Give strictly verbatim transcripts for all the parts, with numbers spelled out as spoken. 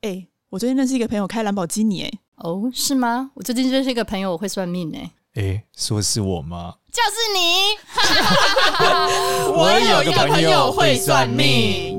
哎、欸，我最近认识一个朋友开兰博基尼、欸， 哦，是吗？我最近认识一个朋友，我会算命哎、欸。 哎、欸，说是我吗？ 就是你。 我有一个朋友会算命。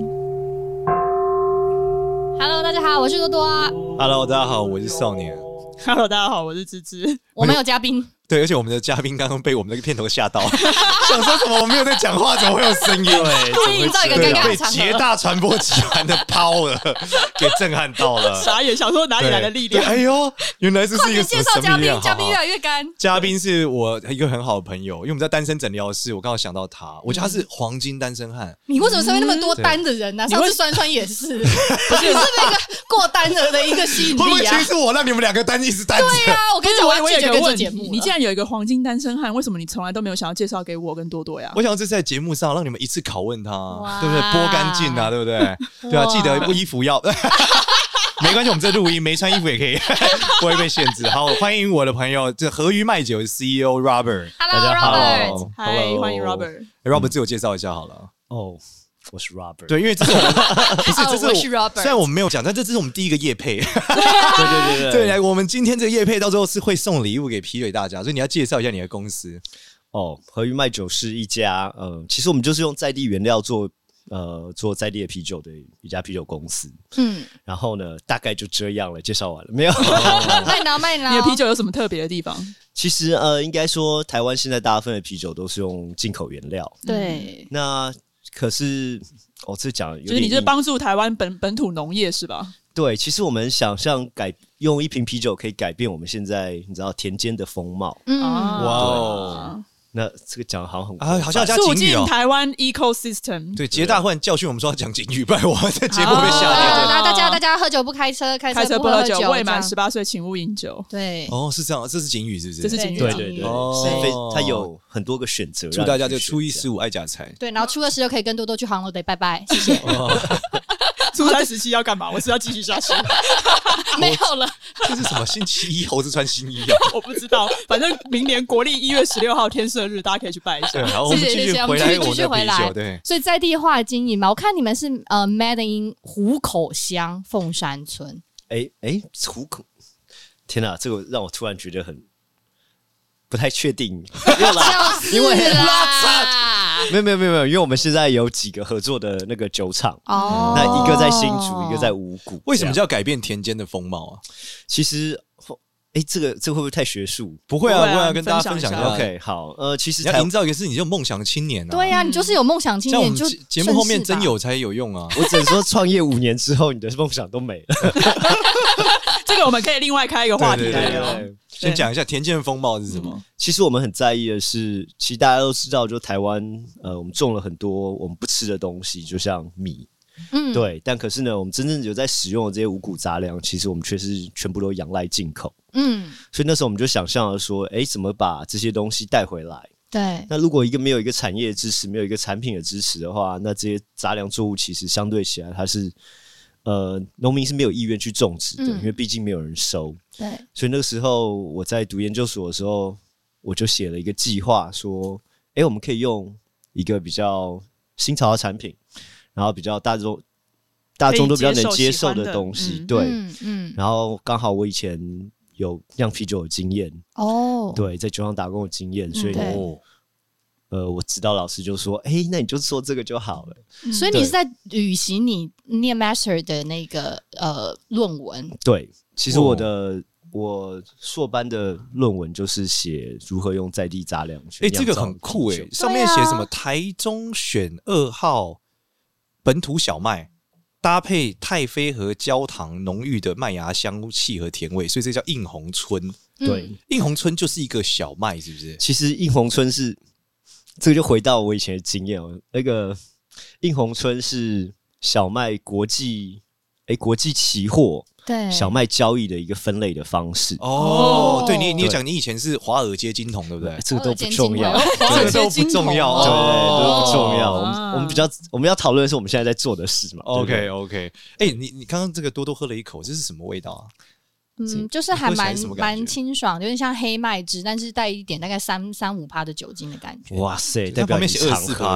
Hello， 大家好，我是多多。 Hello， 大家好，我是少年。 Hello， 大家好，我是芝芝。 我们有嘉宾。 对，而且我们的嘉宾刚刚被我们那个片头吓到，想说什么我没有在讲话，怎么会有声音？对， 故意营造一个尴尬的场合， 被捷大传播集团的 power 给震撼到了。 傻眼，想说哪里来的力量？ 哎呦，原来这是一个什么神秘力量。 嘉宾越来越干。 嘉宾是我一个很好的朋友，因为我们在单身诊疗室，我刚好想到他，我觉得他是黄金单身汉。 你为什么身边那么多单的人呢、啊？上次酸酸也是，不是是那个过单的的一个吸引力啊？ 会不会其实是我让你们两个单一直单着？ 对啊，我跟你讲，我我有一个问题， 你你既然有一个黄金单身汉，为什么你从来都没有想要介绍给我跟多多呀？ 我想这是在节目上让你们一次拷问他，对不对？剥干净啊，对不对？对啊，记得衣服要。没关系，我们这录音没穿衣服也可以，不会被限制。好，欢迎我的朋友，这和鱼麦酒的 C E O Robert。Hello， 大家好， 嗨，欢迎 Robert。Robert 自我介绍一下好了。 哦。我是 Robert， 对，因为这是我们不是，这是我是 Robert。 虽然我们没有讲，但这是我们第一个业配。对对对对对，来，我们今天这个业配到最后是会送礼物给皮给大家，所以你要介绍一下你的公司。 哦，和鱼麦酒是一家，呃，其实我们就是用在地原料做，呃，做在地的啤酒的一家啤酒公司。嗯，然后呢，大概就这样了，介绍完了没有？ 卖脑卖脑。 你的啤酒有什么特别的地方？ 其实呃，应该说台湾现在大部分的啤酒都是用进口原料。 对， 那可是，我、哦、这讲有点， 就是你就是帮助台湾本本土农业是吧？ 对，其实我们想象改用一瓶啤酒可以改变我们现在你知道田间的风貌。 嗯， 哇哦， 那这个讲好像很啊，好像要加警语哦。 促进台湾 ecosystem。 对，捷大忽然教训我们说要讲警语，不然我在节目被吓掉。 那大家大家喝酒不开车，开车不喝酒，未满十八岁请勿饮酒。 对， 哦，是这样，这是警语是不是？ 这是警语， 对对对，哦，它有很多个选择。 祝大家就初一十五爱假财。 对，然后初二十六可以跟多多去航楼得拜拜，谢谢。 初三十七要干嘛？我是要继续下去。 没有了。 这是什么？星期一猴子穿新衣啊？ 我不知道，反正明年国历一月十六号天色日，大家可以去拜一下。 对，然后我们继续回来， 继续回来。 对， 所以在地化的经营嘛，我看你们是呃 ，Made in 虎口乡凤山村。 哎哎，虎口，天哪，这个让我突然觉得很不太确定。 因为没有没有没有没有，因为我们现在有几个合作的那个酒厂，哦，那一个在新竹，一个在五股。 为什么叫改变田间的风貌啊？ 其实，哎，这个这个会不会太学术？ 不会啊，不会啊，跟大家分享一下。 OK， 好，呃，其实你要营造一个是你就梦想青年啊。 对啊，你就是有梦想青年，就节目后面真有才有用啊。 我只能说，创业五年之后，你的梦想都没了。 这个我们可以另外开一个话题来聊。 先讲一下田间的风貌是什么、嗯？ 其实我们很在意的是，其实大家都知道，就台湾呃，我们种了很多我们不吃的东西，就像米，嗯，对。但可是呢，我们真正有在使用的这些五谷杂粮，其实我们却是全部都仰赖进口，嗯。所以那时候我们就想象了说，哎，怎么把这些东西带回来？ 对。 那如果一个没有一个产业的支持，没有一个产品的支持的话，那这些杂粮作物其实相对起来，它是。呃，农民是没有意愿去种植的，嗯、因为毕竟没有人收。 对， 所以那个时候我在读研究所的时候，我就写了一个计划，说，哎、欸，我们可以用一个比较新潮的产品，然后比较大众大众都比较能接受的东西，嗯、对，嗯嗯、然后刚好我以前有酿啤酒的经验，哦，对，在酒厂打工的经验，所以。嗯呃，我指导老师就说：“哎、欸，那你就做这个就好了。 嗯”所以你是在履行你念 master 的那个呃论文。 对，其实我的、哦、我硕班的论文就是写如何用在地杂粮去。 哎、欸，这个很酷哎、欸，上面写什么？台中选二号本土小麦，搭配太妃和焦糖浓郁的麦芽香气和甜味，所以这叫映红春。 对， 映红春就是一个小麦，是不是？ 其实映红春是。这个就回到我以前的经验哦，那个映红春是小麦国际诶国际期货对小麦交易的一个分类的方式哦。对，你你讲你以前是华尔街金童对不对？ 这个都不重要， 这个都不重要， 对，都不重要。我们我们比较我们要讨论的是我们现在在做的事嘛。 OK OK， 哎、欸，你你刚刚这个多多喝了一口，这是什么味道啊？ 嗯，就是还蛮蛮清爽，有点像黑麦汁，但是带一点大概三三五趴的酒精的感觉。 哇塞， 代表旁边写二四趴，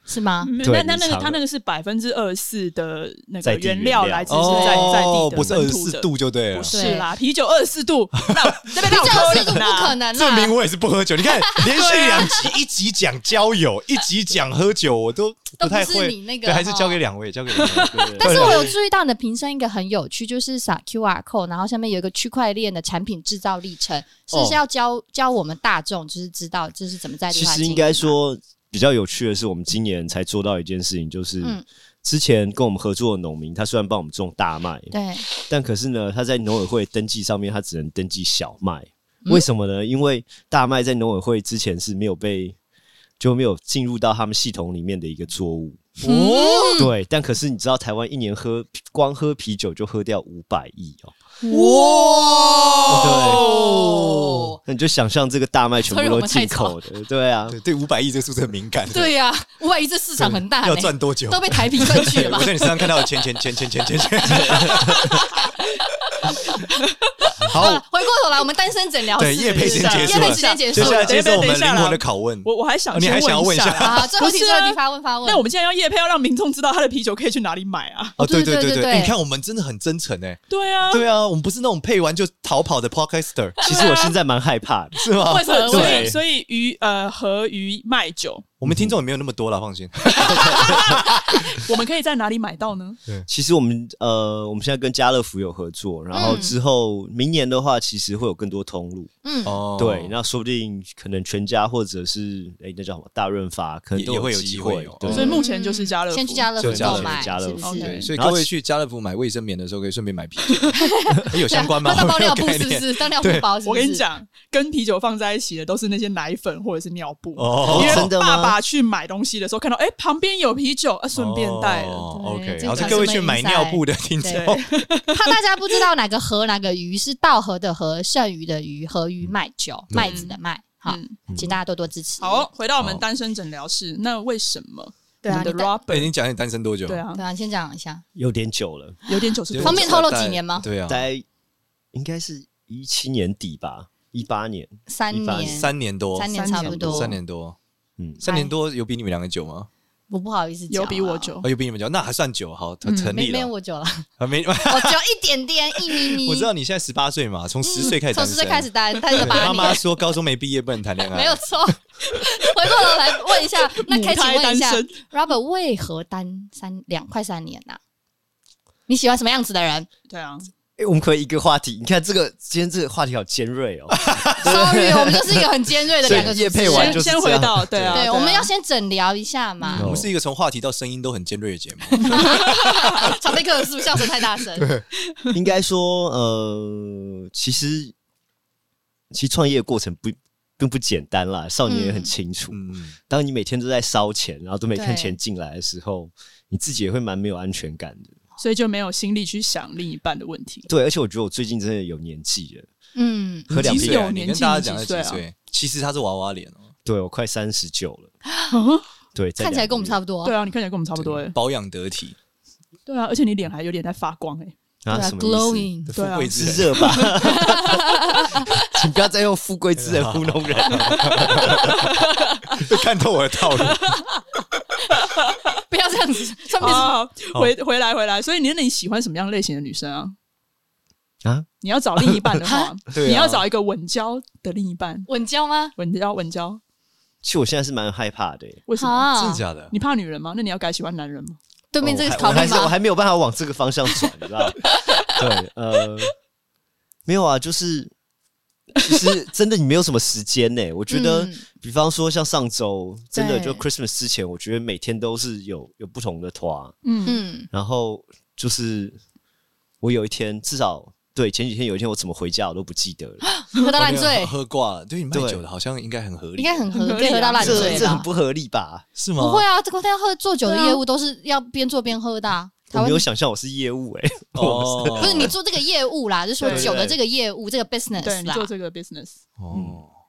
是吗？ 对那那那个你尝了他那个是百分之二十四的那个在地原料原料来自是在在地哦， 的不是二本土的十四度就对了不。是啦，啤酒二十四度，那这边啤酒二十有度不可能证明啦。 我也是不喝酒。你看，连续两集，一集讲交友，一集讲喝酒，我都都不是太会。 你那个对，还是哦交给两位，交给两位。对对但是我有注意到你的评审一个很有趣，就是扫 Q R code， 然后下面有一个区块链的产品制造历程，是不是要教教我们大众，就是知道这是怎么在地化经营其实应该说比较有趣的是，我们今年才做到一件事情，就是嗯之前跟我们合作的农民，他虽然帮我们种大麦， 对， 但可是呢，他在农委会登记上面，他只能登记小麦。 嗯为什么呢？因为大麦在农委会之前是没有被就没有进入到他们系统里面的一个作物。 哦， 对，但可是你知道，台湾一年喝光喝啤酒就喝掉五百亿哦。 哇， 那你就想象这个大麦全部都进口的，对啊， 对对，五百亿这个数字很敏感。 对呀，五百亿这市场很大， 要赚多久？ 都被台币赚去了吧我？在你身上看到的钱钱钱钱钱钱钱。好， 回过头来，我们单身诊疗室对业配先结束了业配时间结束接下来了。 接受我们灵魂的拷问。 我我还想哦你还想要问一下先啦好，最后题， 不是啊最后题，发问发问。 那我们现在要业配，要让民众知道他的啤酒可以去哪里买啊？ 哦，对对对对对对对，你看我们真的很真诚哎。 对啊， 对啊，我们不是那种配完就逃跑的 podcaster， 其实我现在蛮害怕的， 是吗？ 为什么？ 所以对所以鱼呃和鱼卖酒， 我们听众也没有那么多了，放心。 我们可以在哪里买到呢？ 其实我们呃，我们现在跟家乐福有合作，然后之后明年的话，其实会有更多通路。 嗯， 哦对，那说不定可能全家或者是哎、那叫什么大润发，可能都也也会有机机会有对， 所以目前就是家乐福， 先去家乐福就家乐福购买， 家乐福是不是？ 对所以然后各位去家乐福买卫生棉的时候，可以顺便买啤酒，诶有相关吗？ 当包尿布我没有概念是不是？当尿布包是不是？ 我跟你讲，跟啤酒放在一起的都是那些奶粉或者是尿布。 哦因为真的吗爸爸去买东西的时候看到，哎、旁边有啤酒，啊，顺便带了。 哦对 OK， 这个然后是各位去买尿布的听众， 怕大家不知道哪个河哪个鱼是稻禾的禾，剩余的余，禾鱼麦酒，麦子的麦。好， 嗯请大家多多支持。 好，回到我们单身诊疗室，那为什么对啊我们的你单 Robert 已经讲你单身多久？ 对，啊， 对啊，你先讲一下， 有点久了， 有点九十方便透露几年吗对啊， 大概应该是一七年底吧，一八年， 三一般年， 三年多， 三年差不多， 三年多， 嗯， 三年多有比你们两个久吗？ 我不好意思讲啊， 有比我久哦，有比你们久，那还算久，好，成没立了。 没有我久了， 啊，没， 我只有一点点，一咪咪。 我知道你现在十八岁嘛，从十岁开始单身， 从十岁开始单，单了对。 八妈妈年， 说高中没毕业不能谈恋爱， 没有错。回过头来问一下，那可以请问一下母胎单身 ，Robert 为何单三两快三年呐？你喜欢什么样子的人对啊， 哎、我们可以一个话题，你看这个今天这个话题好尖锐哦， ？Sorry，我们就是一个很尖锐的两个所以业主持人配完就是先先回这样到对啊， 对， 啊我们要先诊疗一下嘛。 我们是一个从话题到声音都很尖锐的节目。 常被客诉，笑声太大声。 应该说，呃，其实其实创业的过程不并不简单啦，少年也很清楚。 嗯， 当你每天都在烧钱，然后都没看对钱进来的时候，你自己也会蛮没有安全感的。 所以就没有心力去想另一半的问题。 对，而且我觉得我最近真的有年纪了， 嗯， 喝两瓶， 几岁啊？你有年纪跟大家讲的几岁啊几岁？其实他是娃娃脸哦， 对我快三十九了。对，在看起来跟我们差不不多。 对啊，你看起来跟我们差不多哎。 保养得体， 对啊，而且你脸还有点在发光哎。 多啊， 对啊什么意思？ ，glowing。 富对啊贵之人。 是热吧？请不要再用富贵之人糊弄人。 看透我的套路。 不要这样子，上面是啊，回回来回来，所以你那你喜欢什么样类型的女生啊？ 啊， 你要找另一半的话， 对啊你要找一个稳交的另一半， 稳交吗？ 稳交稳交。 其实我现在是蛮害怕的耶。 为什么？ 啊真的假的？ 你怕女人吗？那你要改喜欢男人吗？ 对面这个哦我还是我考虑吗？ 还没有办法往这个方向转，你知道？对，呃，没有啊，就是其实真的你没有什么时间呢。我觉得， 嗯比方说像上周，真的对就 Christmas 之前，我觉得每天都是有有不同的团， 嗯， 嗯， 然后就是我有一天至少。对，前几天有一天我怎么回家我都不记得了， 喝到烂醉， 喝挂了。对你卖对酒的好像应该很合理， 应该很合， 很合理啊可以喝到烂这醉吧？ 这很不合理吧？ 是吗？ 不会啊，这个他要喝做酒的对啊业务都是要边做边喝的啊。台湾我没有想象我是业务哎、 哦， 不是你做这个业务啦，就是说对酒的这个业务，这个 business 啦对你做。这个 business， 哦，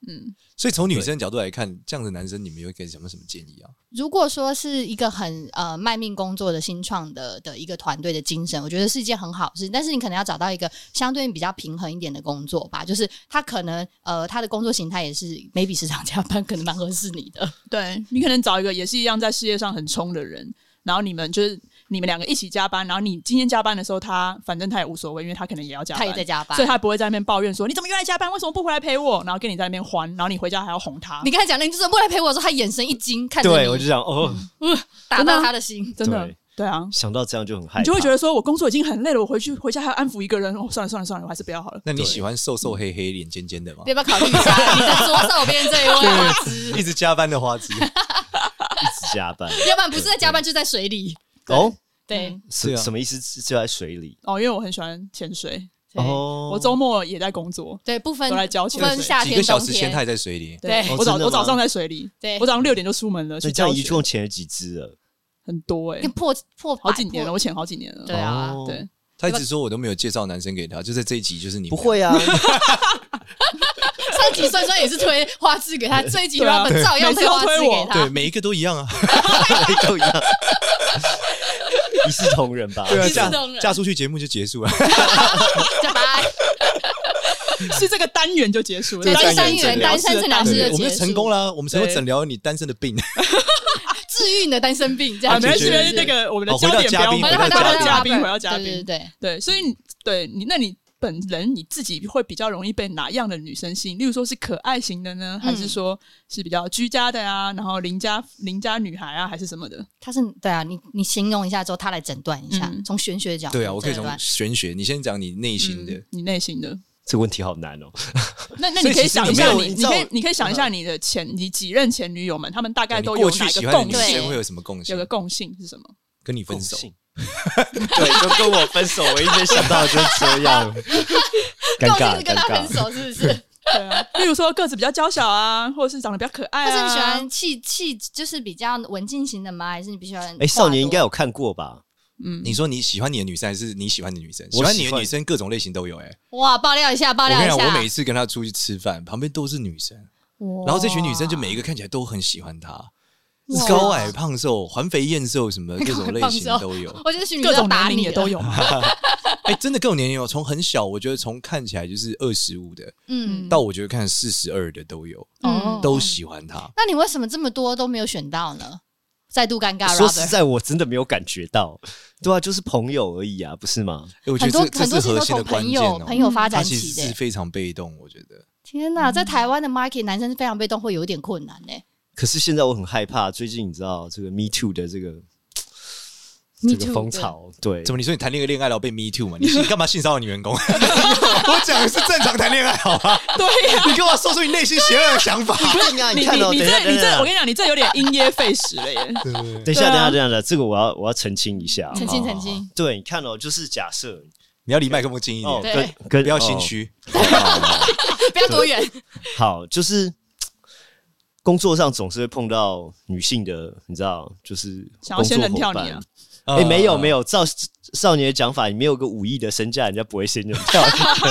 嗯，所以从女生角度来看，这样的男生你们有给什么什么建议啊？ 如果说是一个很呃卖命工作的新创的的一个团队的精神，我觉得是一件很好事。但是你可能要找到一个相对比较平衡一点的工作吧，就是他可能呃他的工作形态也是 maybe 时常加班，可能蛮合适你的。 对，你可能找一个也是一样在事业上很冲的人，然后你们就是你们两个一起加班，然后你今天加班的时候，他反正他也无所谓，因为他可能也要加班， 他也在加班， 所以他不会在那边抱怨说你怎么又来加班，为什么不回来陪我？然后跟你在那边欢，然后你回家还要哄他。 你跟他讲，你怎么不来陪我的时候，他眼神一惊，看着你， 对我就想哦、 嗯，打到他的心， 真的。对啊， 想到这样就很害怕， 你就会觉得说我工作已经很累了，我回去回家还要安抚一个人，哦，算了算了算了，我还是不要好了。 那你喜欢瘦瘦黑黑脸尖尖的吗？ 要不要考虑一下你的左手边这一位花枝， 一直加班的花枝，一直加班， 要不然不是在加班就在水里哦。 对， 什什么意思？就在水里哦，因为我很喜欢潜水。 哦， 我周末也在工作， 对，不分都来教潜水，不分夏天几个小时前他也在水里。 对，我早我早上在水里， 对， 我早上六点就出门了。 那这样一共潜了几只了？ 很多哎、欸， 破破好几年了，我潜好几年了。 对啊， 哦、 对。 他一直说我都没有介绍男生给他，就在这一集就是你不会啊。 上集酸酸也是推花枝给他，这一集 Robert 照样推花枝给他， 对，每一个都一样啊， 每一个都一样。一视同仁吧， 对啊，嫁嫁出去节目就结束了， 拜拜。 是这个单元就结束了， 这个单元单身是男士的结束， 我们就成功了，我们成功诊疗你单身的病， 治愈你的单身病，这样。 没关系，那个我们的焦点不要回到嘉宾，回到嘉宾， 对对对对，所以对你，那你本人你自己会比较容易被哪样的女生吸引？例如说是可爱型的呢，还是说是比较居家的啊？然后邻家邻家女孩啊，还是什么的？ 他是对啊，你你形容一下之后，他来诊断一下，从玄学的角度。 对啊，我可以从玄学，你先讲你内心的， 你内心的。 这个问题好难哦。 那那你可以想一下你，你可以你可以想一下你的前你几任前女友们，他们大概都有哪个共性？ 会有什么共性？ 有个共性是什么？ 跟你分手。 对，就跟我分手，我一直想到就是这样。尴尬， 跟他分手是不是？ 对啊，例如说个子比较娇小啊，或者是长得比较可爱啊。 但是你喜欢气气就是比较文静型的吗？还是你比较喜欢？ 哎，少年应该有看过吧？ 嗯，你说你喜欢你的女生还是你喜欢的女生？喜欢你的女生各种类型都有哎、欸。 哇，爆料一下，爆料一下！ 我跟你讲，我每一次跟她出去吃饭，旁边都是女生，然后这群女生就每一个看起来都很喜欢她，高矮胖瘦、环肥燕瘦什么各种类型都有。 我觉得各种年龄也都有。 哎、欸，真的各种年龄有，从很小，我觉得从看起来就是二十五的，嗯，到我觉得看四十二的都有，嗯，都喜欢她。 那你为什么这么多都没有选到呢？再度尴尬。 说实在，我真的没有感觉到，对啊，就是朋友而已啊，不是吗？ 欸、我觉得这这是核心的关键哦、喔。 朋友发展期的， 他其实是非常被动，我觉得。 天哪，在台湾的 market 男生是非常被动，会有一点困难呢、欸。 可是现在我很害怕，最近你知道这个 Me Too 的这个。这个风潮，对， 怎么？你说你谈恋爱恋爱然后被 Me Too 嘛？你干嘛性骚扰女员工？我讲的是正常谈恋爱，好吗？ 对呀、啊， 你跟我说出你内心邪恶的想法。 你啊，你看哦， 你这你这，我跟你讲，你这有点因噎废食了耶。 等一下，等一下，等一下，这个我要我要澄清一下， 澄清澄清。 对，你看哦，就是假设你要离麦克风近一点， 跟跟不要心虚， 不要多远。 好，就是工作上总是会碰到女性的，你知道，就是想要仙人跳你啊。 哎、欸，没有没有，照少年的讲法，你没有个五亿的身价，人家不会仙人跳。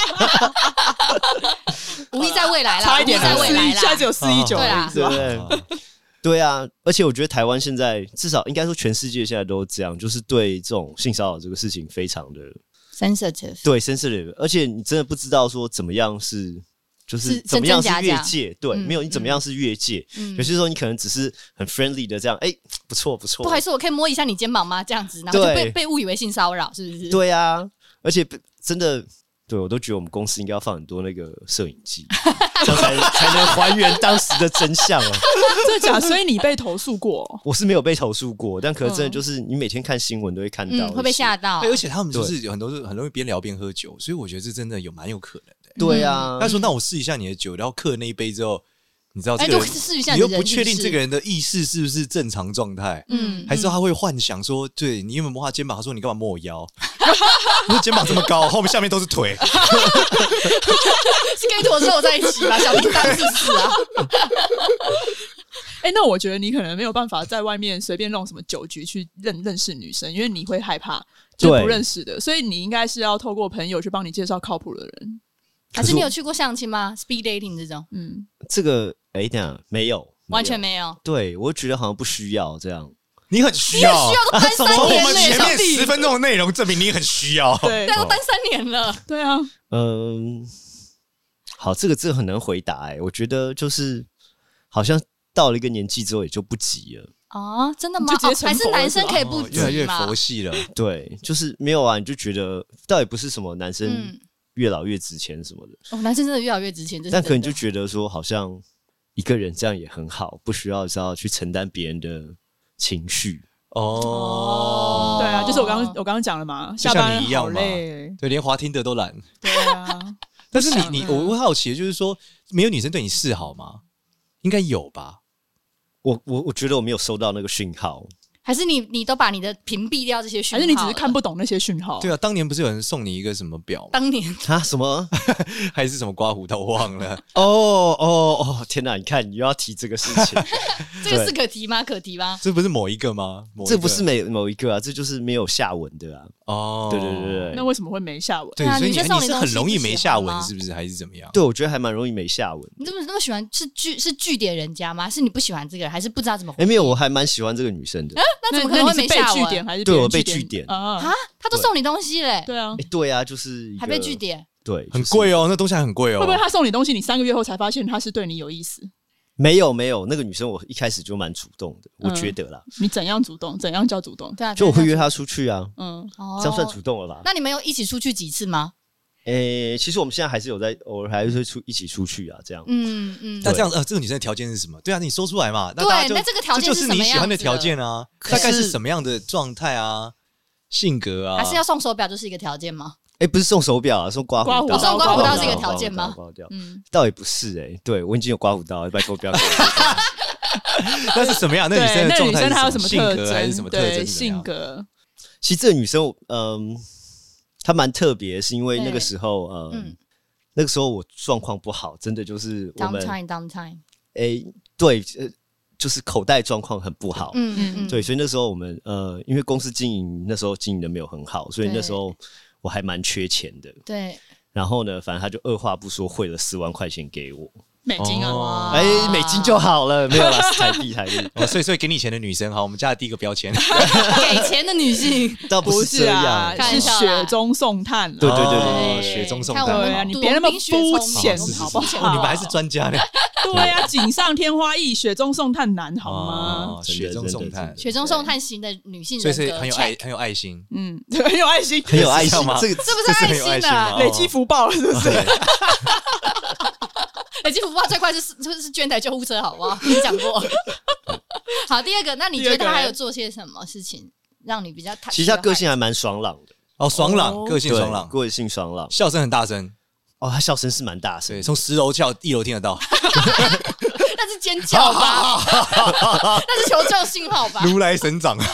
五亿在未来啦， 差一点在未来啦， 现在只有四亿九， 对啦， 对不对？对啊，而且我觉得台湾现在至少应该说全世界现在都这样，就是对这种性骚扰这个事情非常的 sensitive， 对 sensitive， 而且你真的不知道说怎么样是。就是怎么样是越界，对，嗯、没有你怎么样是越界。嗯、有些时候你可能只是很 friendly 的这样，哎、欸，不错不错。 不好意思，我可以摸一下你肩膀吗？这样子，然后就被被误以为性骚扰，是不是？ 对啊，而且真的，对我都觉得我们公司应该要放很多那个摄影机，这样才才能还原当时的真相啊。 真的假？所以你被投诉过？ 我是没有被投诉过，但可能真的就是你每天看新闻都会看到、嗯， 会被吓到。 而且他们就是有很多很容易边聊边喝酒，所以我觉得这真的有蛮有可能的。 对啊， 他说：“那我试一下你的酒，然后刻那一杯之后，你知道这个人， 欸、 你又不确定这个人的意识是不是正常状态，嗯，还是他会幻想说，对你有没有摸他肩膀？他说你干嘛摸我腰？你肩膀这么高，后面下面都是腿，是跟一坨肉在一起吧？小叮当是不是啊？” 哎、欸，那我觉得你可能没有办法在外面随便弄什么酒局去认认识女生，因为你会害怕，就是不认识的，所以你应该是要透过朋友去帮你介绍靠谱的人。 还是你有去过相亲吗 ？Speed dating 这种， 嗯， 这个哎，等一下没有， 完全没有。 对我觉得好像不需要这样。 你很需要， 你很需要都单三从我年了， 们前面小弟十分钟的内容证明你很需要。 对对，都单三年了。 对啊， 嗯，好，这个这个很难回答哎、欸，我觉得就是好像到了一个年纪之后也就不急了。 哦，真的吗？ 就直接成哦、还是佛了男生可以不急哦越来越嘛佛系了。 对，就是没有啊，你就觉得倒也不是什么男生嗯越老越值钱什么的， 哦，男生真的越来越值钱，这是但可能真的就觉得说好像一个人这样也很好，不需要是要去承担别人的情绪。 哦， 对啊，就是我刚刚我刚刚讲了嘛， 就像下班好你一样嘛累， 对，连滑听的都懒。 对啊， 但是你不想你我会好奇的就是说，没有女生对你示好吗？应该有吧？ 我我我觉得我没有收到那个讯号， 还是你你都把你的屏蔽掉这些讯号了， 还是你只是看不懂那些讯号？ 对啊，当年不是有人送你一个什么表吗？ 当年啊什么？ 还是什么刮胡刀？我忘了。 哦哦哦！天哪，你看你又要提这个事情， 这个是可提吗？可提吗？ 这不是某一个吗？某一个这不是每某一个啊，这就是没有下文的啊。 哦， 对对对对那为什么会没下文？ 对，所以你啊女生送你你是很东西容易没下不喜欢吗文，是不是？还是怎么样？ 对，我觉得还蛮容易没下文。 你怎么那么喜欢？是据是据点人家吗？是你不喜欢这个人，还是不知道怎么回哎， 应？ 没有，我还蛮喜欢这个女生的。 那怎么可能会那你是被没下文？ 据点还是对我被别人据据点啊？ 啊，他都送你东西嘞， 对啊， 哎，对啊，就是一个还被据，点， 对， 很贵哦，那东西还很贵哦。 会不会他送你东西，你三个月后才发现他是对你有意思？ 没有没有，那个女生我一开始就蛮主动的，我嗯觉得啦， 你怎样主动？怎样叫主动？ 对啊， 就我会约他。 她出去啊， 嗯， 哦这样算主动了吧？ 那你们有一起出去几次吗？ 诶，其实我们现在还是有在偶尔还是会出一起出去啊，这样。 嗯嗯， 那这样呃，这个女生的条件是什么？对啊，你说出来嘛。那对大家就那这个条件这就是是什么你喜欢的样子条件啊， 可是大概是什么样的状态啊？性格啊？ 还是要送手表就是一个条件吗？ 哎，不是送手表啊，送刮胡刀。 刮胡刀送刮胡刀是一个刮条件吗刮胡刀嗯， 倒也不是哎，对我已经有刮胡刀了，拜托不要给我。 那是什么样？那女生对，那的状态是女生她有什么性特格还是征？ 什么特征？ 对，性。格， 其实这个女生，嗯，她蛮特别，是因为那个对时候，呃， 嗯那个时候我状况不好，真的就是我们， ，downtime downtime， 哎，对，呃，就是口袋状况很不好， 嗯嗯嗯， 对，所以那时候我们，呃，因为公司经营那时候经营的没有很好，所以那时候我还蛮缺钱的。 对， 然后呢，反正他就二话不说汇了四万块钱给我， 美金啊， 哦哎、美金就好了，没有啦，是台币台币， 哦，所以所以给你钱的女生，好，我们家的第一个标签。 给钱的女性， 倒不是这样， 啊， 开是玩笑啦雪中送炭啊。 对对对哦对雪中送炭看我们对啊，你多别那么冰雪肤聪明浅我们好不肤浅好？ 哦，你们还是专家呢。 对啊，锦上添花易，雪中送炭难，好吗？ 哦真的雪中送炭真的真，的雪中送炭型的女性所以人格， 是很有爱 check， 很有爱心。 嗯，很有爱心， 很有爱心是这样吗， 这个是不这是是很有爱心啊吗？ 累积福报了，是不是？ 对累积福报最快是就是捐台救护车，好不好？你讲过。好，第二个，那你觉得他还有做些什么事情让你比较？ 其实他个性还蛮爽朗的， 哦，爽朗， 哦个性对爽朗， 个性爽朗， 笑声很大声， 哦，他笑声是蛮大声对，，从十楼跳一楼听得到， 那是尖叫吧？那是求救信号吧？ 如来神掌。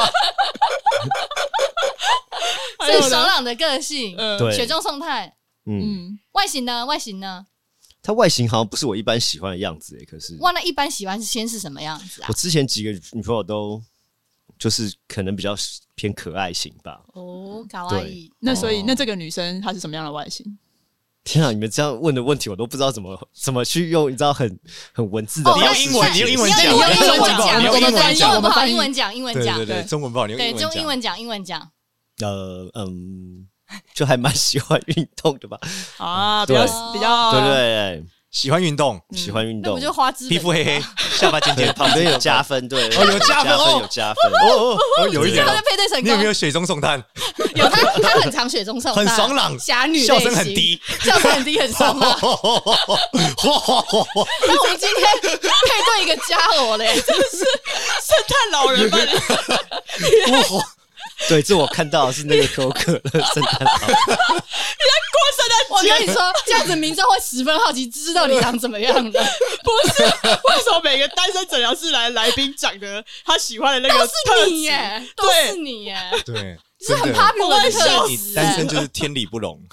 还有呢所以爽朗的个性， 呃对雪中送炭。 嗯， 嗯， 外形呢？外形呢？ 他外形好像不是我一般喜欢的样子诶，可是哇，那一般喜欢是先是什么样子啊我？之前几个女朋友都就是可能比较偏可爱型吧。 哦，卡哇伊。 那所以哦那这个女生她是什么样的外形？ 天啊，你们这样问的问题我都不知道怎么怎么去用，你知道很很文字的哦你方式去用英文，你用英文讲， 你用英文讲， 讲， 你用我们翻译， 英文讲我，们好， 翻译英文讲，英文讲对对，对， 对中文不好，你用对， 英文讲就英。文讲，英文讲。 呃嗯，就还蛮喜欢运动的吧？ 啊，比较对比较对对对， 喜欢运动， 喜欢运动那不，就花枝？ 皮肤黑黑，下巴尖对尖， 旁边有加分，对， 哦有加分哦有加分， 哦哦哦，有一点哦这个。配对成功。 你有没有雪中送炭？ 有他，他很常雪中送炭， 很爽朗侠女类型笑声很低， 笑声很低，很爽朗。那我们今天配对一个家伙嘞，真的是圣诞老人吧？ 对，这我看到的是那个可口可乐圣诞老人， 我跟你说，这样子民众会十分好奇，知道你长怎么样的。 不是，为什么每个单身诊疗室来来宾长得他喜欢的那个都特质是你耶，都对是你耶， 对， 是很真的 popular 的特你质。 单身就是天理不容。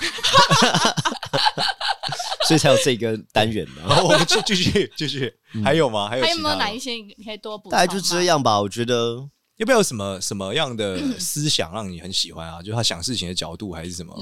所以才有这个单元嘛。 然后我们继继续继续，还有吗？还有还有没有其他的哪一些你可以多补充？ 大概就这。样吧，我觉得要不要有什么什么样的思想让你很喜欢啊？就是他想事情的角度还是什么？ 嗯，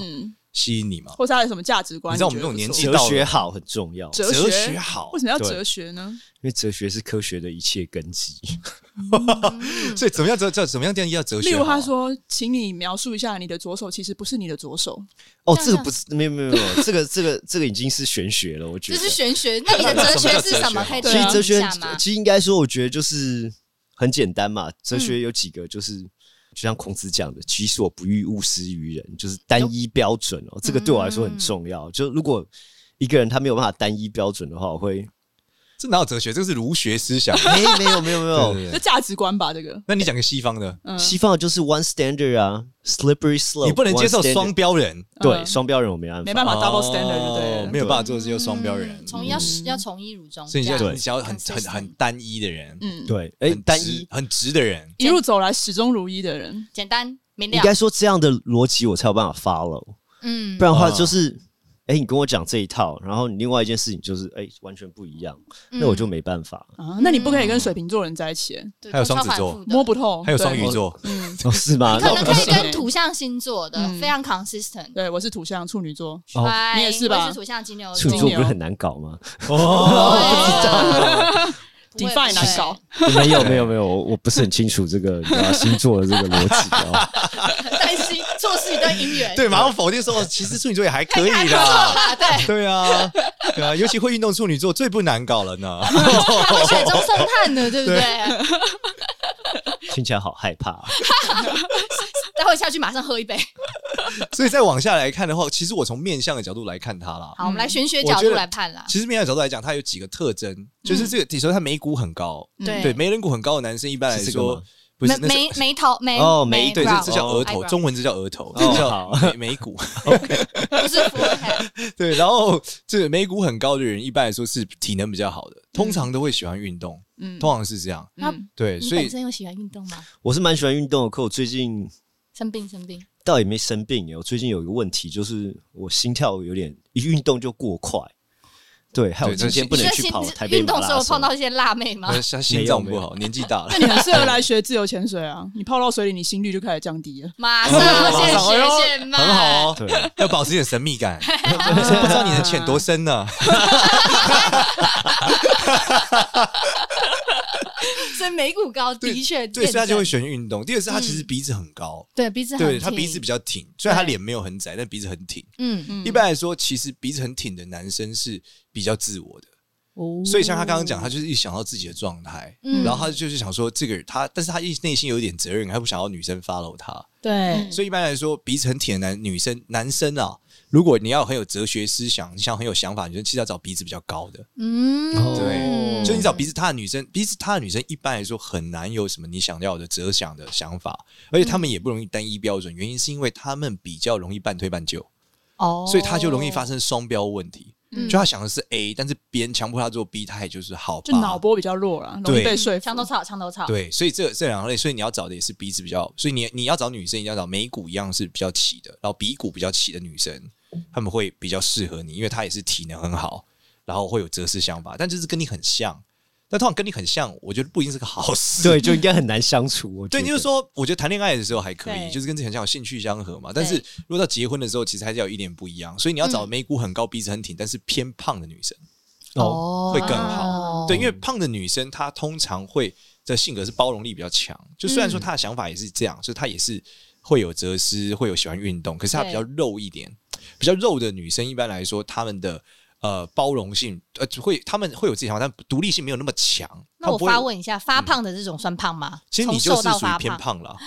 吸引你吗？ 或是他的什么价值观？ 你知道我们这种年纪哲学好很重要， 哲哲学好， 为什么要哲学呢？ 因为哲学是科学的一切根基。 所以怎么样哲哲怎么样定义要哲学好？ 例如他说，请你描述一下你的左手其实不是你的左手。 哦，这个不是没有没有没有，这个这个这个已经是玄学了，我觉得这是玄学。那你的哲学是什么？可以其实哲学一下吗？ 其实应该说，我觉得就是很简单嘛。哲学有几个就是。就像孔子讲的“己所不欲，勿施于人”，就是单一标准哦。这个对我来说很重要。就如果一个人他没有办法单一标准的话，我会这哪有哲学？这个是儒学思想。 没没有没有没有， 这价值观吧？这个。 那你讲个西方的， 嗯、 西方的就是 one standard 啊 ，slippery slope。 你不能接受双标人， 对双标人我没办法， 没办法 double standard， 对、 哦，没有办法做这些双标人。 从要要从一如终， 所以你要你想要很很很单一的人， 嗯， 对，哎，单一很直的人， 一路走来始终如一的人， 简单明了。 应该说这样的逻辑我才有办法 follow，嗯，不然的话就是。哎，你跟我讲这一套，然后你另外一件事情就是哎，完全不一样，那我就没办法。 啊，那你不可以跟水瓶座人在一起， 还有双子座摸不透， 还有双鱼座， 嗯， 哦是吗？ 可能可以跟土象星座的非常 consistent。 对，我是土象处女座， 你也是吧？ 我是土象金牛， 处女座不是很难搞吗？ 哦， 不知道。 define 难搞， 没有没有没有，我不是很清楚这个星座的这个逻辑啊。 担心错失一段姻缘， 对，马上否定说，其实处女座也还可以的， 对对啊，对啊，尤其会运动处女座最不难搞了呢， 雪中送炭的，对不对？ 听起来好害怕。 待会下去马上喝一杯。 所以再往下来看的话，其实我从面相的角度来看它啦。 好，我们来玄学角度来判啦。 其实面相角度来讲，它有几个特征，就是这个，你说他眉骨很高，对，眉人骨很高的男生，一般来说不是眉眉头眉哦眉对，这叫额头，中文这叫额头，这叫眉骨。OK， 不是 forehead。 对，然后这个眉骨很高的人，一般来说是体能比较好的，通常都会喜欢运动，嗯，通常是这样。嗯，对，所以你本身有喜欢运动吗？ 我是蛮喜欢运动的，可我最近生病生病。 倒也没生病耶，我最近有一个问题，就是我心跳有点一运动就过快，对，还有今天不能去跑台北马拉松。运动时候碰到一些辣妹吗？ 他心脏不好，年纪大了。 那你很适合来学自由潜水啊！你泡到水里，你心率就开始降低了。 马上现学现卖， 很好哦。对，要保持点神秘感。不知道你能潜多深呢？ 所以眉骨高的确对，所以他就会选运动。第二是他其实鼻子很高， 对鼻子很对他鼻子比较挺，虽然他脸没有很窄，但鼻子很挺。嗯嗯，一般来说，其实鼻子很挺的男生是比较自我的。哦，所以像他刚刚讲，他就是一想到自己的状态，嗯，然后他就是想说这个他，但是他内心有一点责任，他不想要女生 follow 他。 对， 所以一般来说，鼻子很挺的男女生男生啊，如果你要很有哲学思想，你想很有想法，女生其实要找鼻子比较高的。嗯，对，就你找鼻子塌的女生，鼻子塌的女生一般来说很难有什么你想要的哲想的想法，而且他们也不容易单一标准，原因是因为他们比较容易半推半就。哦，所以他就容易发生双标问题。嗯，就他想的是 A， 但是别人强迫他做 B， 他也就是好吧， 就脑波比较弱啦，容易被说服。 墙头草，墙头草。 对，所以这这两类，所以你要找的也是鼻子比较，所以你你要找女生，一定要找眉骨一样是比较齐的，然后鼻骨比较齐的女生，他们会比较适合你，因为她也是体能很好，然后会有哲思想法，但就是跟你很像。但通常跟你很像，我觉得不一定是个好事。 对，就应该很难相处。我对，你就是说，我觉得谈恋爱的时候还可以，就是跟自己很像，有兴趣相合嘛。但是如果到结婚的时候，其实还是要有一点不一样。所以你要找眉骨很高、鼻子很挺，但是偏胖的女生哦，会更好。对，因为胖的女生她通常会的性格是包容力比较强。就虽然说她的想法也是这样，所以她也是会有哲思，会有喜欢运动，可是她比较肉一点。比较肉的女生，一般来说，她们的。呃，包容性呃会，他们会有自己想法，但独立性没有那么强。 那我发问一下，发胖的这种算胖吗？ 嗯、其实你就是属于偏胖了。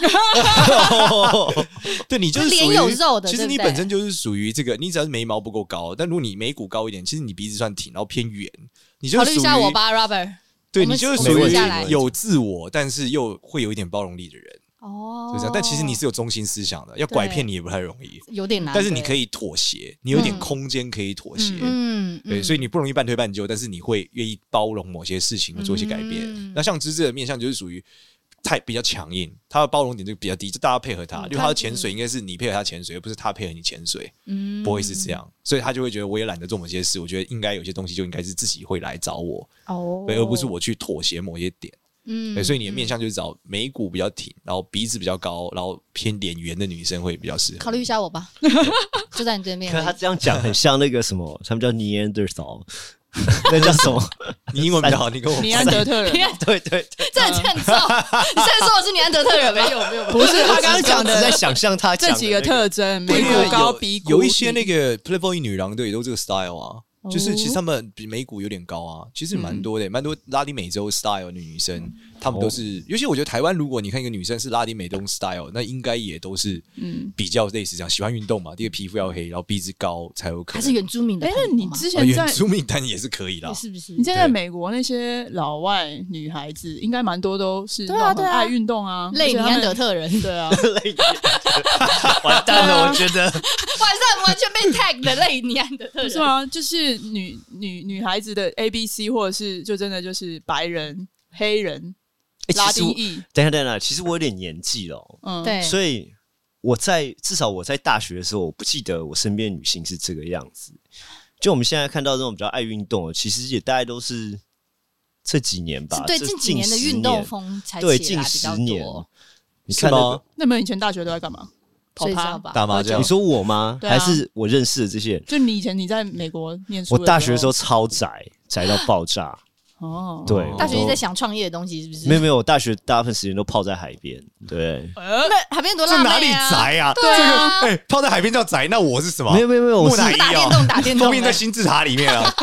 对，你就是脸有肉的。 其实你本身就是属于这个，你只要是眉毛不够高，但如果你眉骨高一点，其实你鼻子算挺，然后偏圆，你就考虑一下我吧 ，Robert。 对，你就是属于有自我，但是又会有一点包容力的人。哦，就这样。但其实你是有中心思想的，要拐骗你也不太容易， 有点难。 但是你可以妥协，你有一点空间可以妥协，嗯，对，所以你不容易半推半就，但是你会愿意包容某些事情，做一些改变。嗯、那像芝芝的面向就是属于太比较强硬，他的包容点就比较低，就大家配合他，因为他的潜水应该是你配合他潜水，而不是他配合你潜水，嗯，不会是这样，所以他就会觉得我也懒得做某些事，我觉得应该有些东西就应该是自己会来找我，哦，对，而不是我去妥协某些点。 嗯， 对，所以你的面向就是找眉骨比较挺，然后鼻子比较高，然后偏脸圆的女生会比较适合。 考虑一下我吧，就在你对面而已。 可是他这样讲很像那个什么，他们叫 Neanderthal， 那叫什么？ 你英文比较好，你跟我尼安德特人， 对对对， 这很欠揍！你现在说我是尼安德特人没有没有， 不是他刚刚讲的在想象他这几个特征，眉骨对高、 有鼻骨有一些那个 Playboy 女郎队也都这个 style 啊。就是其实他们比眉骨有点高啊，其实蛮多的，蛮多拉丁美洲 style 的女生，她们都是，尤其我觉得台湾，如果你看一个女生是拉丁美洲 style， 那应该也都是比较类似这样，喜欢运动嘛，第一个皮肤要黑，然后鼻子高才有可能。 还是原住民的哎， 朋友吗？ 那你之前在原住民当然也是可以啦， 是不是？ 你现在在美国那些老外女孩子，应该蛮多都是对啊对啊那种很爱运动啊， 类尼安德而且特人， 他们对啊， 完蛋了，我觉得晚上完全被 tag 的类尼安德特人不是吗？就是女女女孩子的 A B C， 或者是就真的就是白人、黑人、拉丁裔。 等一下等一下，其实我有点年纪了、哦， 嗯， 对， 所以我在至少我在大学的时候，我不记得我身边的女性是这个样子。就我们现在看到这种比较爱运动的，其实也大概都是这几年吧。 对， 这近几年的运动风才对起来比较近十年多。 你看、那个、 是吗？ 那你们以前大学都在干嘛？跑趴睡觉吧， 打麻将你。说我吗？ 对啊还是我认识的这些人？ 就你以前你在美国念书， 我大学的时候超宅，宅到爆炸。 哦， 对， 大学一直在我想创业的东西，是不是？ 没有没有，我大学大部分时间都泡在海边。对， 呃， 那海边多辣这哪里妹啊！ 宅啊？ 对啊这个哎，泡在海边叫宅，那我是什么？ 没有没有没有，我是木乃伊打电哦， 动打电动封印在金字塔里面啊。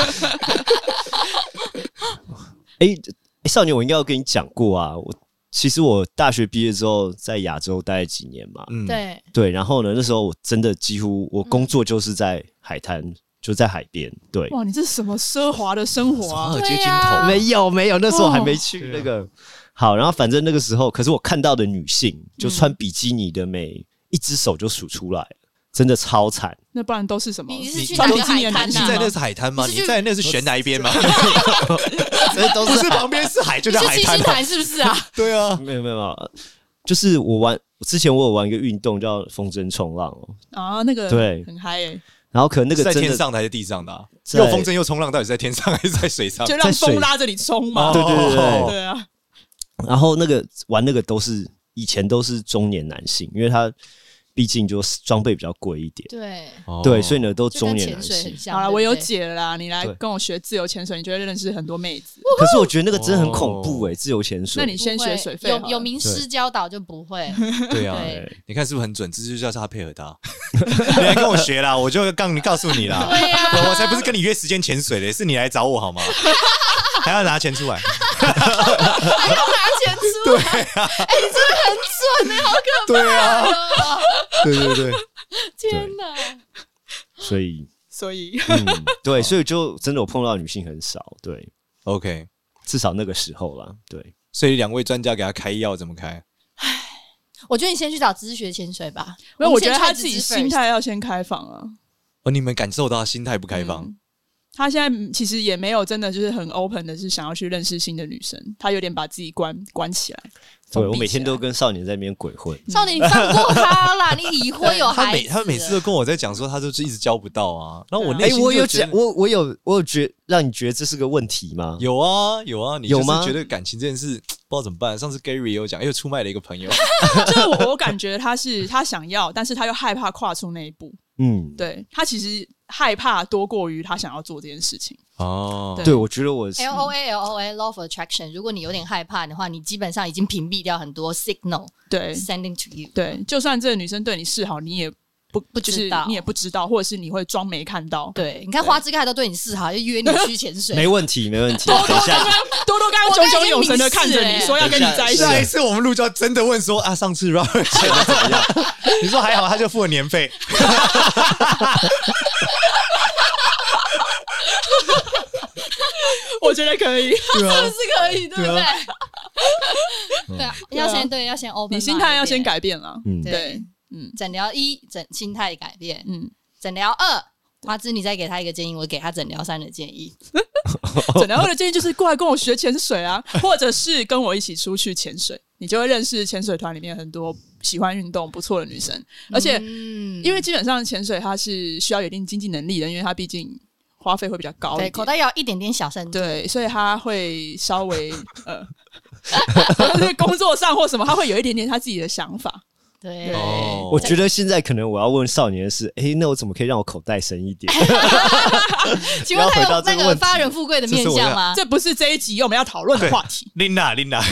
哎、欸少年，我应该有跟你讲过啊。我其实我大学毕业之后在亚洲待了几年嘛， 嗯， 对， 对，然后呢，那时候我真的几乎我工作就是在海滩，就在海边。对， 哇，你这是什么奢华的生活啊华？尔街金对啊头， 没有没有，那时候还没去哦那个。好，然后反正那个时候，可是我看到的女性就穿比基尼的美，一只手就数出来了，真的超惨。 那不然都是什么？ 你是去穿哪个比基尼的海滩呐男性吗你在那是海滩吗？ 你是去你在那是悬崖边吗？ 这都不是旁边是海就你是七叫海滩吗？ 星潭是不是啊？ 对啊， 没有没有没有，就是我玩之前我有玩一个运动叫风筝冲浪哦， 啊，那个对很嗨诶， 然后可能那是在个真的天上的还是地上的啊？ 在又风筝又冲浪，到底是在天上还是在水上？ 就让在水风拉着你冲嘛。 对对对对哦对啊， 然后那个玩那个都是以前都是中年男性，因为他毕竟就是装备比较贵一点， 对， 哦对，所以呢都就中跟潜水年男性。 很像。 好了，我有对不对解了啦，你来对跟我学自由潜水，你就会认识很多妹子。 可是我觉得那个真的很恐怖哎、自由潜水。 那你先不会学水费好了有有名师教导就不会。 对啊对， 你看是不是很准？这就叫他配合他。你来跟我学啦，我就告你告诉你啦。 对呀我我才不是跟你约时间潜水的，是你来找我好吗？还要拿钱出来。 还要拿钱出来，哎、你真的很准哎、好可对啊， 怕、哦！ 对对对， 天哪！ 所以所以嗯，对，所以就真的我碰到的女性很少，对， OK。 至少那个时候啦，对。 所以两位专家给他开药怎么开？ 我觉得你先去找知学潜水吧。 没有，我觉得们先他自己 try 知识心 first 态要先开放啊。 哦，你们感受到他心态不开放， 嗯他现在其实也没有真的就是很 open 的，是想要去认识新的女生，他有点把自己关关起来。 对， 封闭我每天起来都跟少年在那边鬼混。 少年，你放过他啦！你已婚有他孩子， 每他每次都跟我在讲说，他就是一直交不到啊。然后我对啊内心我有就觉得讲，我我有我有觉让你觉得这是个问题吗？ 有啊有啊，你就是有吗觉得感情这件事不知道怎么办。上次 Gary 也有讲，又出卖了一个朋友。 就是我我感觉他是他想要，但是他又害怕跨出那一步。 嗯， 对他其实害怕多过于他想要做这件事情。 哦， 对对，我觉得我是 L O A L O A Law of Attraction。如果你有点害怕的话，你基本上已经屏蔽掉很多 signal 对 sending to you。 对，就算这个女生对你示好，你也不不就是知道你也不知道，或者是你会装没看到。 对，你看花枝开都对你示好，就约你去潜水。 没问题，没问题。等一下， 多多刚刚炯炯有神的看着你我刚才已经明示了说要跟你在一起， 下一次我们录就要真的问说啊，上次 Robert 钱的怎么样？你说还好，他就付了年费。 我觉得可以。 对啊是不是可以，对不对？ 对对啊，要先对，要先 open， 你心态要先改变了。 嗯， 对对，嗯诊疗一，诊心态改变。 嗯， 诊疗二，花枝你再给他一个建议，我给他诊疗三的建议。 诊疗二的建议就是过来跟我学潜水啊，或者是跟我一起出去潜水，你就会认识潜水团里面很多喜欢运动不错的女生。而且， 嗯因为基本上潜水它是需要有一定经济能力的，因为它毕竟花费会比较高一对点。 口袋要有一点点小慎重。 对，所以它会稍微呃， 就是工作上或什么，他会有一点点他自己的想法。 对， 哦我觉得现在可能我要问少年的是，哎、那我怎么可以让我口袋深一点？ 请问他不要回到有那个这个问题发人富贵的面相吗？ 这不是这一集我们要讨论的话题。 Lina Lina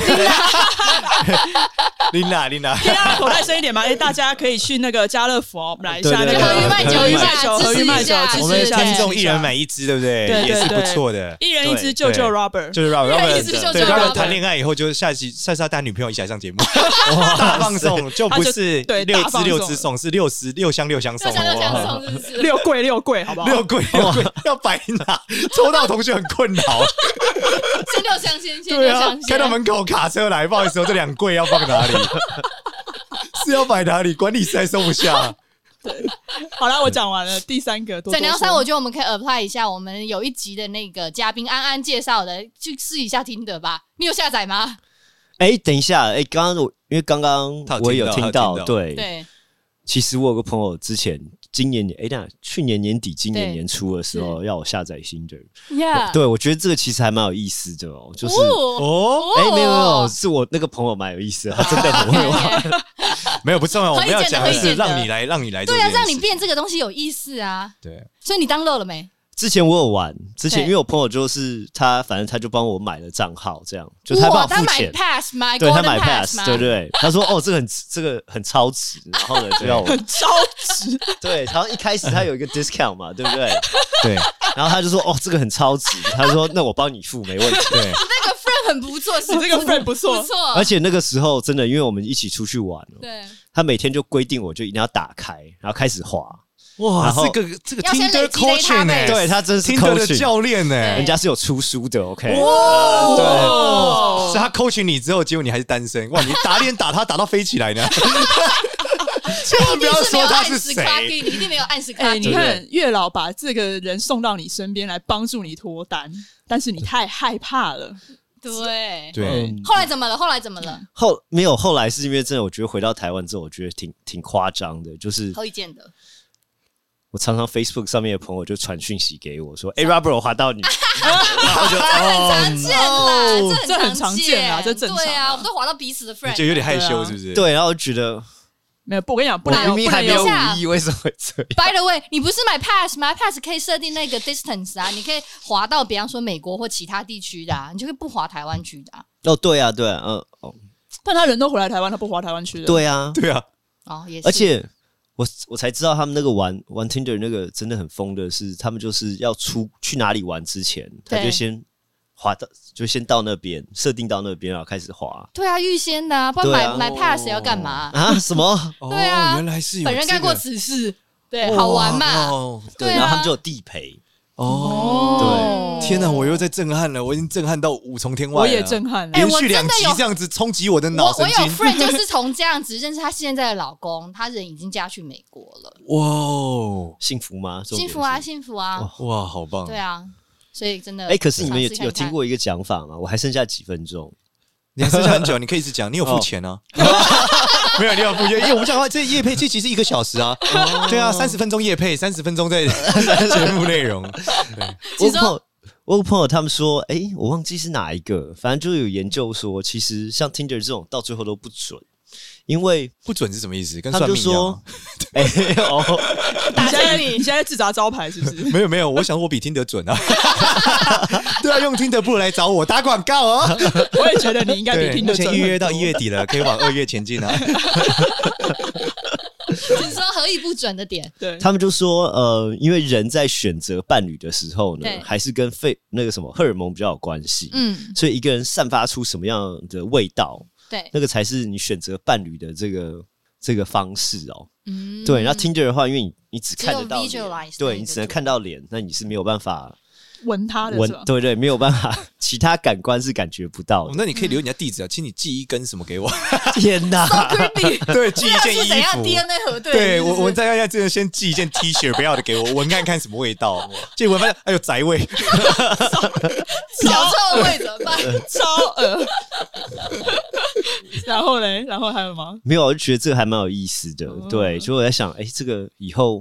Lina Lina， 可以让口袋深一点吗？哎、大家可以去那个家乐福哦，买一下那对对对个和鱼麦酒， 和鱼一下麦酒，和鱼麦酒， 支持一下我们支持一下听众一人买一支，对不对？ 对对也是不对错的。 一人一支救救 Robert， 就是 Robert， 一人一支救救对 Robert Robert 谈恋爱以后，就是下期下次要带女朋友一起来上节目，大放送，就不是对六支大放送六支送，是六十六箱六箱送， 六箱六箱好不好送，是不是？ 六柜六柜，好不好？ 六柜六柜要摆哪？抽到同学很困扰。 先六箱先，先对啊六箱，先。 开到门口卡车来，不好意思哦，这两柜要放哪里？是要摆哪里？管理室还收不下。 好了，我讲完了。第三个，多多诊疗三， 说我觉得我们可以 apply 一下，我们有一集的那个嘉宾安安介绍的，去试一下听的吧。你有下载吗？ 哎、等一下，哎、刚刚我因为刚刚他有我也有听到听到， 他有听到对， 对， 其实我有个朋友之前今年哎，等一下去年年底、今年对年初的时候要我下载新的， Yeah， 对我觉得这个其实还蛮有意思的哦，就是。 哦， 哦， 哎、没有没有，是我那个朋友蛮有意思的，他真的很会玩。 没有不重要，我们要讲的是推荐的让你来，让你来做对啊， 这件事。 让你变这个东西有意思啊。 对， 所以你download了没？ 之前我有玩，之前对因为我朋友就是他，反正他就帮我买了账号，这样就他帮哇，他买我付钱， pass 吗？ 对他 Golden 买 pass pass， 吗？ 对对对，他说哦这个很这个很超值，然后呢就要我很超值， 对，然后一开始他有一个 discount 嘛，对不对？ 对然后他就说哦这个很超值，他说那我帮你付没问题。 对， 那个 friend 很不错，是你这个 friend 不错不错， 而且那个时候真的，因为我们一起出去玩哦， 对， 他每天就规定我就一定要打开，然后开始滑。 哇， 然后这个这个要先累 Tinder 积 database coaching 呢， 对他真是 Tinder 的 coaching， 教练呢， 对人家是有出书的 ，OK？ 哇，对。 哦是他 coaching 你之后，结果你还是单身，哇！你打脸打他打到飞起来呢，千万不要说他是谁。 你一定没有按时哎、 clock 你看月老把这个人送到你身边来帮助你脱单，但是你太害怕了。 对。 对， 嗯后来怎么了？后来怎么了？ 后没有后来是因为真的，我觉得回到台湾之后，我觉得挺挺夸张的，就是何以见得？ 我常常 Facebook 上面的朋友就传讯息给我说：“哎、r o b e r t 我滑到你。”然后我就哦常见啦， 哦这很这很常见啊这正常啊对啊，我们都滑到彼此的你 friend， 觉得有点害羞对啊是不是？ 对，然后我就觉得没有，不，我跟你讲，不我能有， 明明还没有不能有等一下五亿，为什么会这样？ By the way，你不是买 pass 吗 ？pass 可以设定那个 distance 啊，你可以滑到，比方说美国或其他地区的啊，你就可以不滑台湾区的啊。 哦，对啊，对啊，嗯、哦， 但他人都回来台湾，他不滑台湾去的。 对啊， 对啊， 哦，也是。 而且我我才知道他们那个玩玩 Tinder 那个真的很疯的是，他们就是要出去哪里玩之前，他就对先滑到，就先到那边设定到那边，然后开始滑对啊，预先的啊，不然买、 对啊买 pass 要干嘛？ 啊什么？ 哦对啊原来是有本人干过这个此事，对，好玩嘛。 哦对啊然后他们就有地陪， 哦，天哪，我又在震撼了，我已经震撼到无从天外了， 我也震撼了。 哎连续两我真的有集这样子冲击我的我脑神我有经， friend 就是从这样子认识她现在的老公，她人已经嫁去美国了， 哇哦， 幸福吗？重点幸福啊， 是幸福啊， 哇，好棒！ 对啊，所以真的。 哎、可是你们有尝试看看有听过一个讲法吗？我还剩下几分钟， 你还剩下很久，你可以一直讲，你有付钱啊？没有，你有付钱，因为我们讲的话，这业配这其实一个小时啊，对啊，三十分钟业配，三十分钟在节目内容。 我有个朋友，我有个朋友他们说，哎、我忘记是哪一个，反正就有研究说，其实像 Tinder 这种到最后都不准，因为不准是什么意思？跟他算命一样们就说吗？， 哎、哦， 你现在你现在自砸招牌是不是？ 没有没有，我想我比听得准啊。对啊，用听得不如来找我打广告哦。 我也觉得你应该比对，目听得准。 前预约到一月底了，可以往二月前进啊。 只是说何以不准的点， 对， 他们就说，呃，因为人在选择伴侣的时候呢对， 还是跟肺那个什么荷尔蒙比较有关系， 嗯， 所以一个人散发出什么样的味道， 对， 那个才是你选择伴侣的这个这个方式哦。 嗯， 对，然后 Tinder 的话，因为你你只看得到只有 visualize 脸，对那个你只能看到脸，那你是没有办法闻他的是吧，？ 闻对对，没有办法，其他感官是感觉不到的。 哦那你可以留你的地址啊，请你寄一根什么给我？ 天哪！ 对，寄一件是怎样衣服。 D N A 核对？ 对是不是我，我再要真的先寄一件 T 恤，不要的给我，闻看看什么味道。结果发现，哎呦，宅味。 脚臭味怎么办？ 超恶。然后嘞，然后还有吗？ 没有，我就觉得这个还蛮有意思的。 哦对，所以我在想，哎，这个以后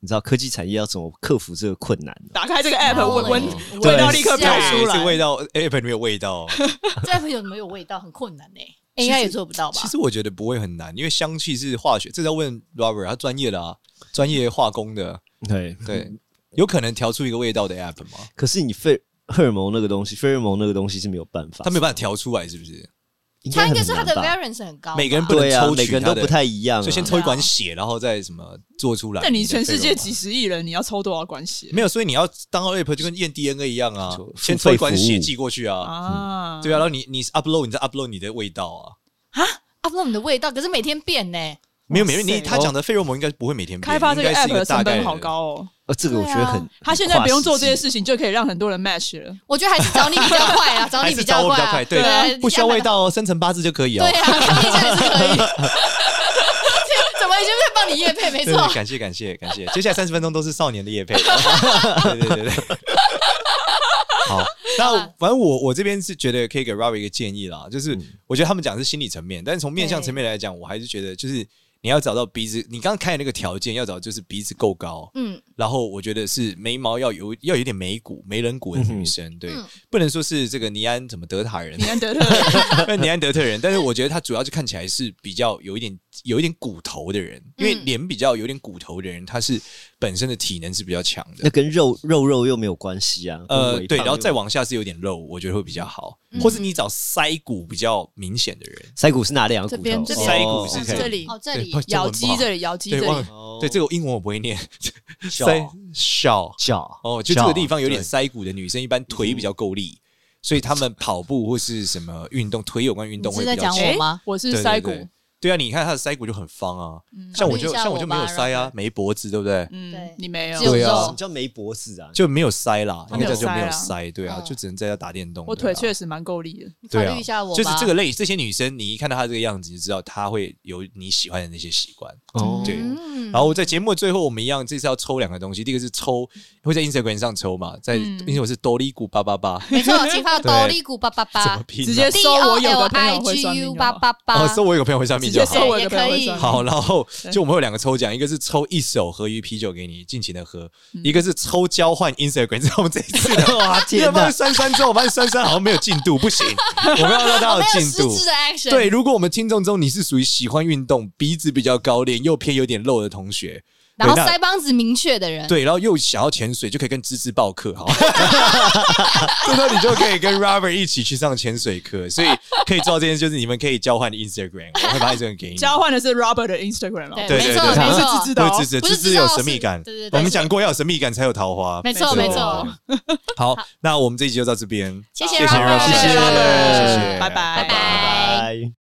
你知道科技产业要怎么克服这个困难？ 打开这个 app， 闻闻嗯味道立刻飘出来。 这个味道 app 里面有味道。 这 app 有没有味道很困难呢、欸？应该也做不到吧？ 其实我觉得不会很难，因为香气是化学，这要问 Robert， 他专业的啊，专业化工的。 对对，有可能调出一个味道的 app 吗？ 可是你费荷尔蒙那个东西，费尔蒙那个东西是没有办法， 他没有办法调出来，是不是？ 它应该是它的很难吧 variance 很高， 每个人不能对啊， 抽取每个人都不太一样、啊， 所以先抽一管血，然后再什么做出来。 但你全世界几十亿人，你要抽多少管血？ 没有，所以你要当 app 就跟验 D N A 一样啊，先付费抽一管血服务寄过去啊。 啊， 对啊，然后你你 upload， 你再 upload 你的味道啊。 啊 ，upload 你的味道，可是每天变呢、欸。 没有没有， 哇塞你他讲的费洛蒙应该不会每天变， 开发这个应该是 app 的一个大概成本好高哦。 呃，这个我觉得很， 他现在不用做这些事情，就可以让很多人 match 了。 我觉得还是找你比较快啊，找还是你比较快、啊， 找我比较快，对， 对不需要味道哦，生成八字就可以哦。 对啊，看一下也是可以。怎么已经在帮你业配？没错， 感谢感谢感谢。接下来三十分钟都是少年的业配。对对对对。好，那反正我我这边是觉得可以给 Robert 一个建议啦，就是我觉得他们讲的是心理层面，但是从面向层面来讲，我还是觉得就是你要找到鼻子，你刚刚开的那个条件要找就是鼻子够高，嗯，然后我觉得是眉毛要有要有点眉骨、眉人骨的女生，嗯、对，嗯、不能说是这个尼安怎么德塔人， 尼安德特人，尼安德特人，但是我觉得他主要就看起来是比较有一点有一点骨头的人，因为脸比较有点骨头的人，他是本身的体能是比较强的， 那跟肉肉肉又没有关系啊， 呃，对，然后再往下是有点肉，我觉得会比较好，嗯、或是你找腮骨比较明显的人， 腮骨是哪两个骨头？ 腮骨是这里， 哦，这里咬肌这里，咬肌这里， 对，这个英文我不会念，腮小脚哦，就这个地方有点腮骨的女生，一般腿比较够力。所以他们跑步或是什么运动，腿有关运动会比较强。 你是在讲我吗？ 我是腮骨。 对啊，你看他的腮骨就很方啊，嗯、像我就像我就没有腮啊，没脖子，对不对？ 嗯，对，你没有。 对啊， 什么叫没脖子啊？ 就没有腮啦，应该叫就没有腮，对啊，就只能在家打电动。 我腿确实蛮够力的。 对啊， 就是这个类这些女生，你一看到她这个样子，就知道她会有你喜欢的那些习惯。哦，对。然后在节目的最后，我们一样这次要抽两个东西，第一个是抽会在 Instagram 上抽嘛，在因为我是多利谷八八八， 没错，请发多利谷八八八， 怎么拼？ 直接搜我有个朋友会算命八八八， 哦，搜我有个朋友会算命就好， 直接搜我有个朋友会算命。 好，然后就我们会有两个抽奖，一个是抽一手和鱼啤酒给你尽情的喝，嗯、一个是抽交换 Instagram。知道我们这一次的哇，天哪！珊珊之后，我发现珊珊好像没有进度，不行，我们要让他有进度。对，如果我们听众中你是属于喜欢运动、鼻子比较高、脸又偏有点肉的同学。 然后腮帮子明确的人， 对，然后又想要潜水，就可以跟芝芝报课，好，这时候你就可以跟 Robert 一起去上潜水课，所以可以做到这件事，就是你们可以交换 Instagram， 我会把 Instagram 给你。 交换的是 Robert 的 Instagram 哦， 对对对对， 没错， 不是芝芝的， 不是芝芝，芝芝有神秘感， 对对对， 我们讲过要有神秘感才有桃花， 没错没错。 好，那我们这一集就到这边， 谢谢 Robert， 谢谢 Robert， 谢谢， 拜拜拜拜拜。